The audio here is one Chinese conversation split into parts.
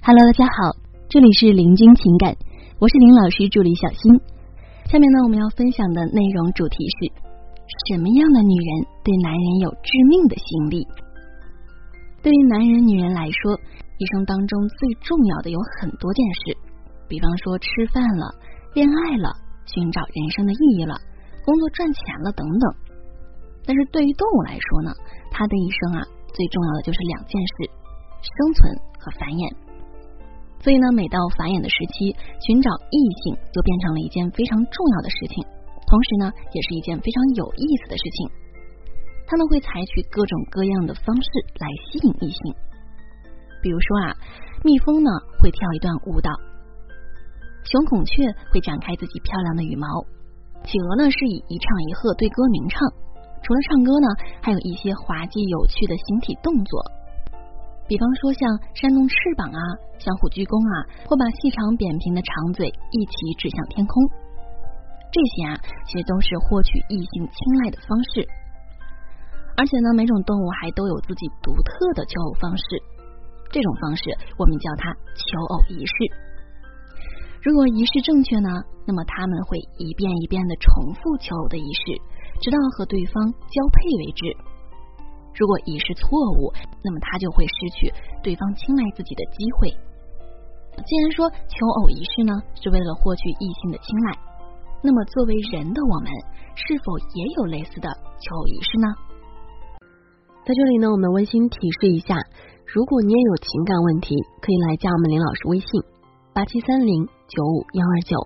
Hello， 大家好，这里是林君情感，我是林老师助理小新。下面呢，我们要分享的内容主题是：什么样的女人对男人有致命的吸引力？对于男人、女人来说，一生当中最重要的有很多件事，比方说吃饭了、恋爱了、寻找人生的意义了、工作赚钱了等等。但是对于动物来说呢，它的一生最重要的就是两件事：生存和繁衍。所以呢，每到繁衍的时期，寻找异性就变成了一件非常重要的事情，同时呢，也是一件非常有意思的事情。他们会采取各种各样的方式来吸引异性，比如说蜜蜂呢会跳一段舞蹈，雄孔雀会展开自己漂亮的羽毛，企鹅呢是以一唱一和对歌鸣唱，除了唱歌呢，还有一些滑稽有趣的形体动作。比方说像扇动翅膀相互鞠躬或把细长扁平的长嘴一起指向天空，这些其实都是获取异性青睐的方式。而且呢，每种动物还都有自己独特的求偶方式，这种方式我们叫它求偶仪式。如果仪式正确呢，那么他们会一遍一遍的重复求偶的仪式，直到和对方交配为止。如果仪式错误，那么他就会失去对方青睐自己的机会。既然说求偶仪式呢是为了获取异性的青睐，那么作为人的我们是否也有类似的求偶仪式呢？ 在这里呢，我们温馨提示一下，如果你也有情感问题，可以来加我们林老师微信8730-95129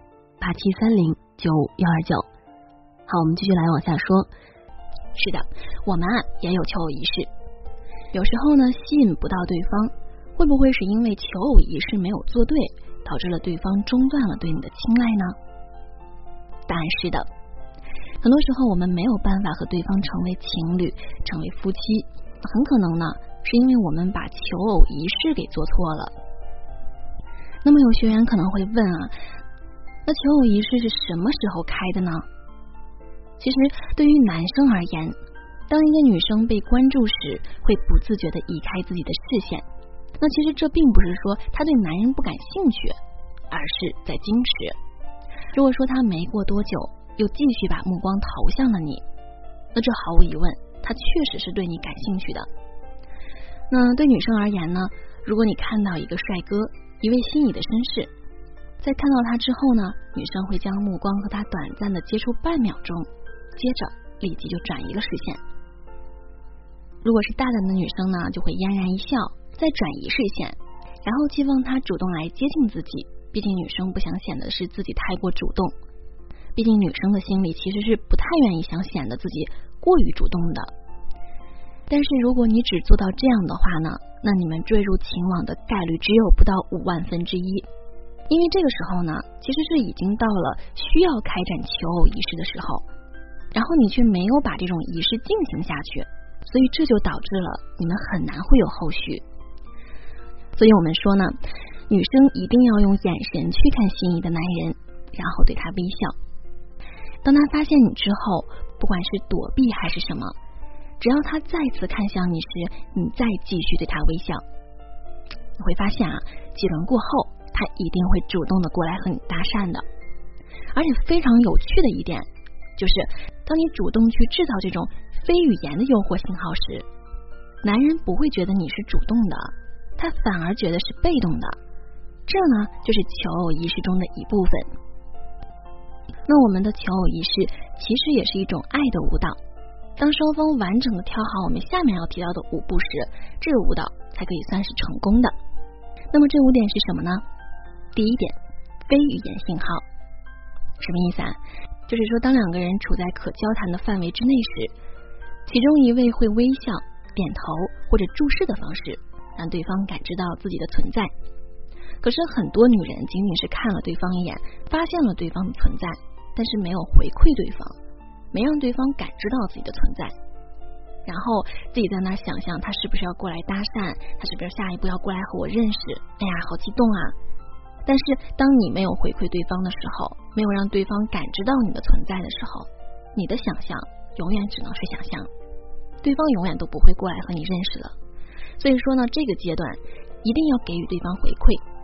8730-95129。好，我们继续来往下说。 是的，我们也有求偶仪式。有时候呢，吸引不到对方，会不会是因为求偶仪式没有做对，导致了对方中断了对你的青睐呢？答案是的。很多时候我们没有办法和对方成为情侣，成为夫妻，很可能呢是因为我们把求偶仪式给做错了。那么有学员可能会问那求偶仪式是什么时候开的呢？其实对于男生而言，当一个女生被关注时，会不自觉地移开自己的视线。那其实这并不是说她对男人不感兴趣，而是在矜持。如果说她没过多久又继续把目光投向了你，那这毫无疑问，她确实是对你感兴趣的。那对女生而言呢，如果你看到一个帅哥，一位心仪的绅士，在看到他之后呢，女生会将目光和他短暂的接触半秒钟，接着立即就转移了视线。如果是大胆的女生呢，就会嫣然一笑，再转移视线，然后期望他主动来接近自己。毕竟女生不想显得是自己太过主动，毕竟女生的心里其实是不太愿意想显得自己过于主动的。但是如果你只做到这样的话呢，那你们坠入情网的概率只有不到1/5000。因为这个时候呢，其实是已经到了需要开展求偶仪式的时候，然后你却没有把这种仪式进行下去，所以这就导致了你们很难会有后续。所以我们说呢，女生一定要用眼神去看心仪的男人，然后对他微笑。当他发现你之后，不管是躲避还是什么，只要他再次看向你时，你再继续对他微笑，你会发现几轮过后，他一定会主动的过来和你搭讪的。而且非常有趣的一点就是，当你主动去制造这种非语言的诱惑信号时，男人不会觉得你是主动的，他反而觉得是被动的。这呢，就是求偶仪式中的一部分。那我们的求偶仪式其实也是一种爱的舞蹈。当双方完整的跳好我们下面要提到的舞步时，这个舞蹈才可以算是成功的。那么这5点是什么呢？第一点，非语言信号。什么意思就是说，当两个人处在可交谈的范围之内时，其中一位会微笑、点头或者注视的方式，让对方感知到自己的存在。可是很多女人仅仅是看了对方一眼，发现了对方的存在，但是没有回馈对方，没让对方感知到自己的存在，然后自己在那想象他是不是要过来搭讪，他是不是下一步要过来和我认识，哎呀好激动但是当你没有回馈对方的时候，没有让对方感知到你的存在的时候，你的想象永远只能是想象，对方永远都不会过来和你认识了。所以说呢，这个阶段一定要给予对方回馈，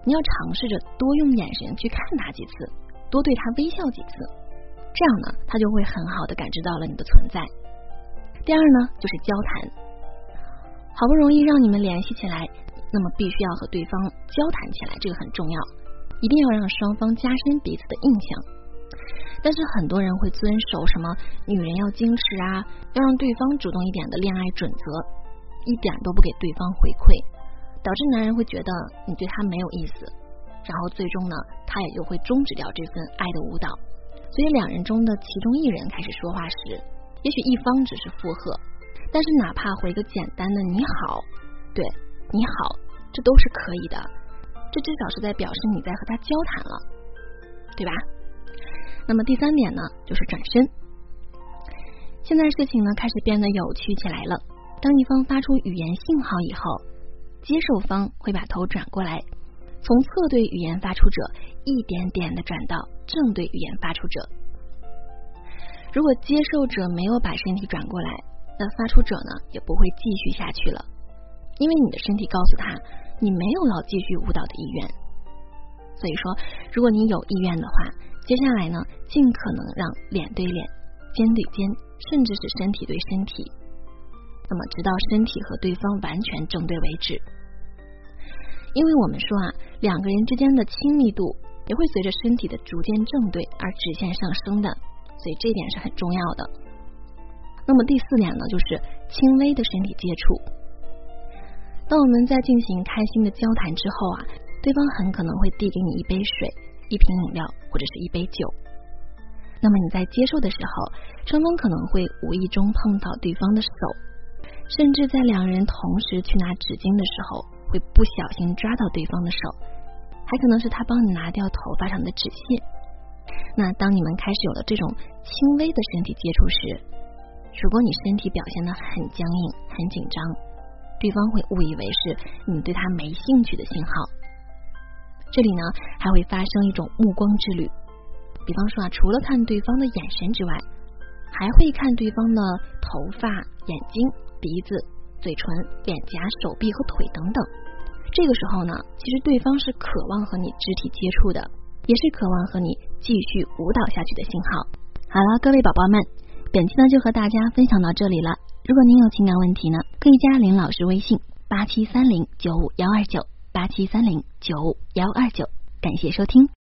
你要尝试着多用眼神去看他几次，多对他微笑几次，这样呢，他就会很好的感知到了你的存在。第二呢，就是交谈。好不容易让你们联系起来，那么必须要和对方交谈起来，这个很重要，一定要让双方加深彼此的印象。但是很多人会遵守什么女人要矜持啊，要让对方主动一点的恋爱准则，一点都不给对方回馈，导致男人会觉得你对他没有意思，然后最终呢，他也就会终止掉这份爱的舞蹈。所以两人中的其中一人开始说话时，也许一方只是附和，但是哪怕回个简单的你好，对，你好，这都是可以的，这至少是在表示你在和他交谈了，对吧？那么第三点呢，就是转身。现在事情呢开始变得有趣起来了。当一方发出语言信号以后，接受方会把头转过来，从侧对语言发出者一点点的转到正对语言发出者。如果接受者没有把身体转过来，那发出者呢也不会继续下去了，因为你的身体告诉他你没有要继续舞蹈的意愿。所以说，如果你有意愿的话，接下来呢，尽可能让脸对脸、肩对肩，甚至是身体对身体，那么直到身体和对方完全正对为止。因为我们说啊，两个人之间的亲密度也会随着身体的逐渐正对而直线上升的，所以这一点是很重要的。那么第四点呢，就是轻微的身体接触。当我们在进行开心的交谈之后啊，对方很可能会递给你一杯水、一瓶饮料或者是一杯酒。那么你在接受的时候，双方可能会无意中碰到对方的手，甚至在两人同时去拿纸巾的时候，会不小心抓到对方的手，还可能是他帮你拿掉头发上的纸屑。那当你们开始有了这种轻微的身体接触时，如果你身体表现得很僵硬、很紧张，对方会误以为是你对他没兴趣的信号。这里呢，还会发生一种目光之旅。比方说啊，除了看对方的眼神之外，还会看对方的头发、眼睛、鼻子、嘴唇、脸颊、手臂和腿等等。这个时候呢，其实对方是渴望和你肢体接触的，也是渴望和你继续舞蹈下去的信号。好了，各位宝宝们，本期呢就和大家分享到这里了。如果您有情感问题呢，可以加林老师微信8730951129，8730951129。感谢收听。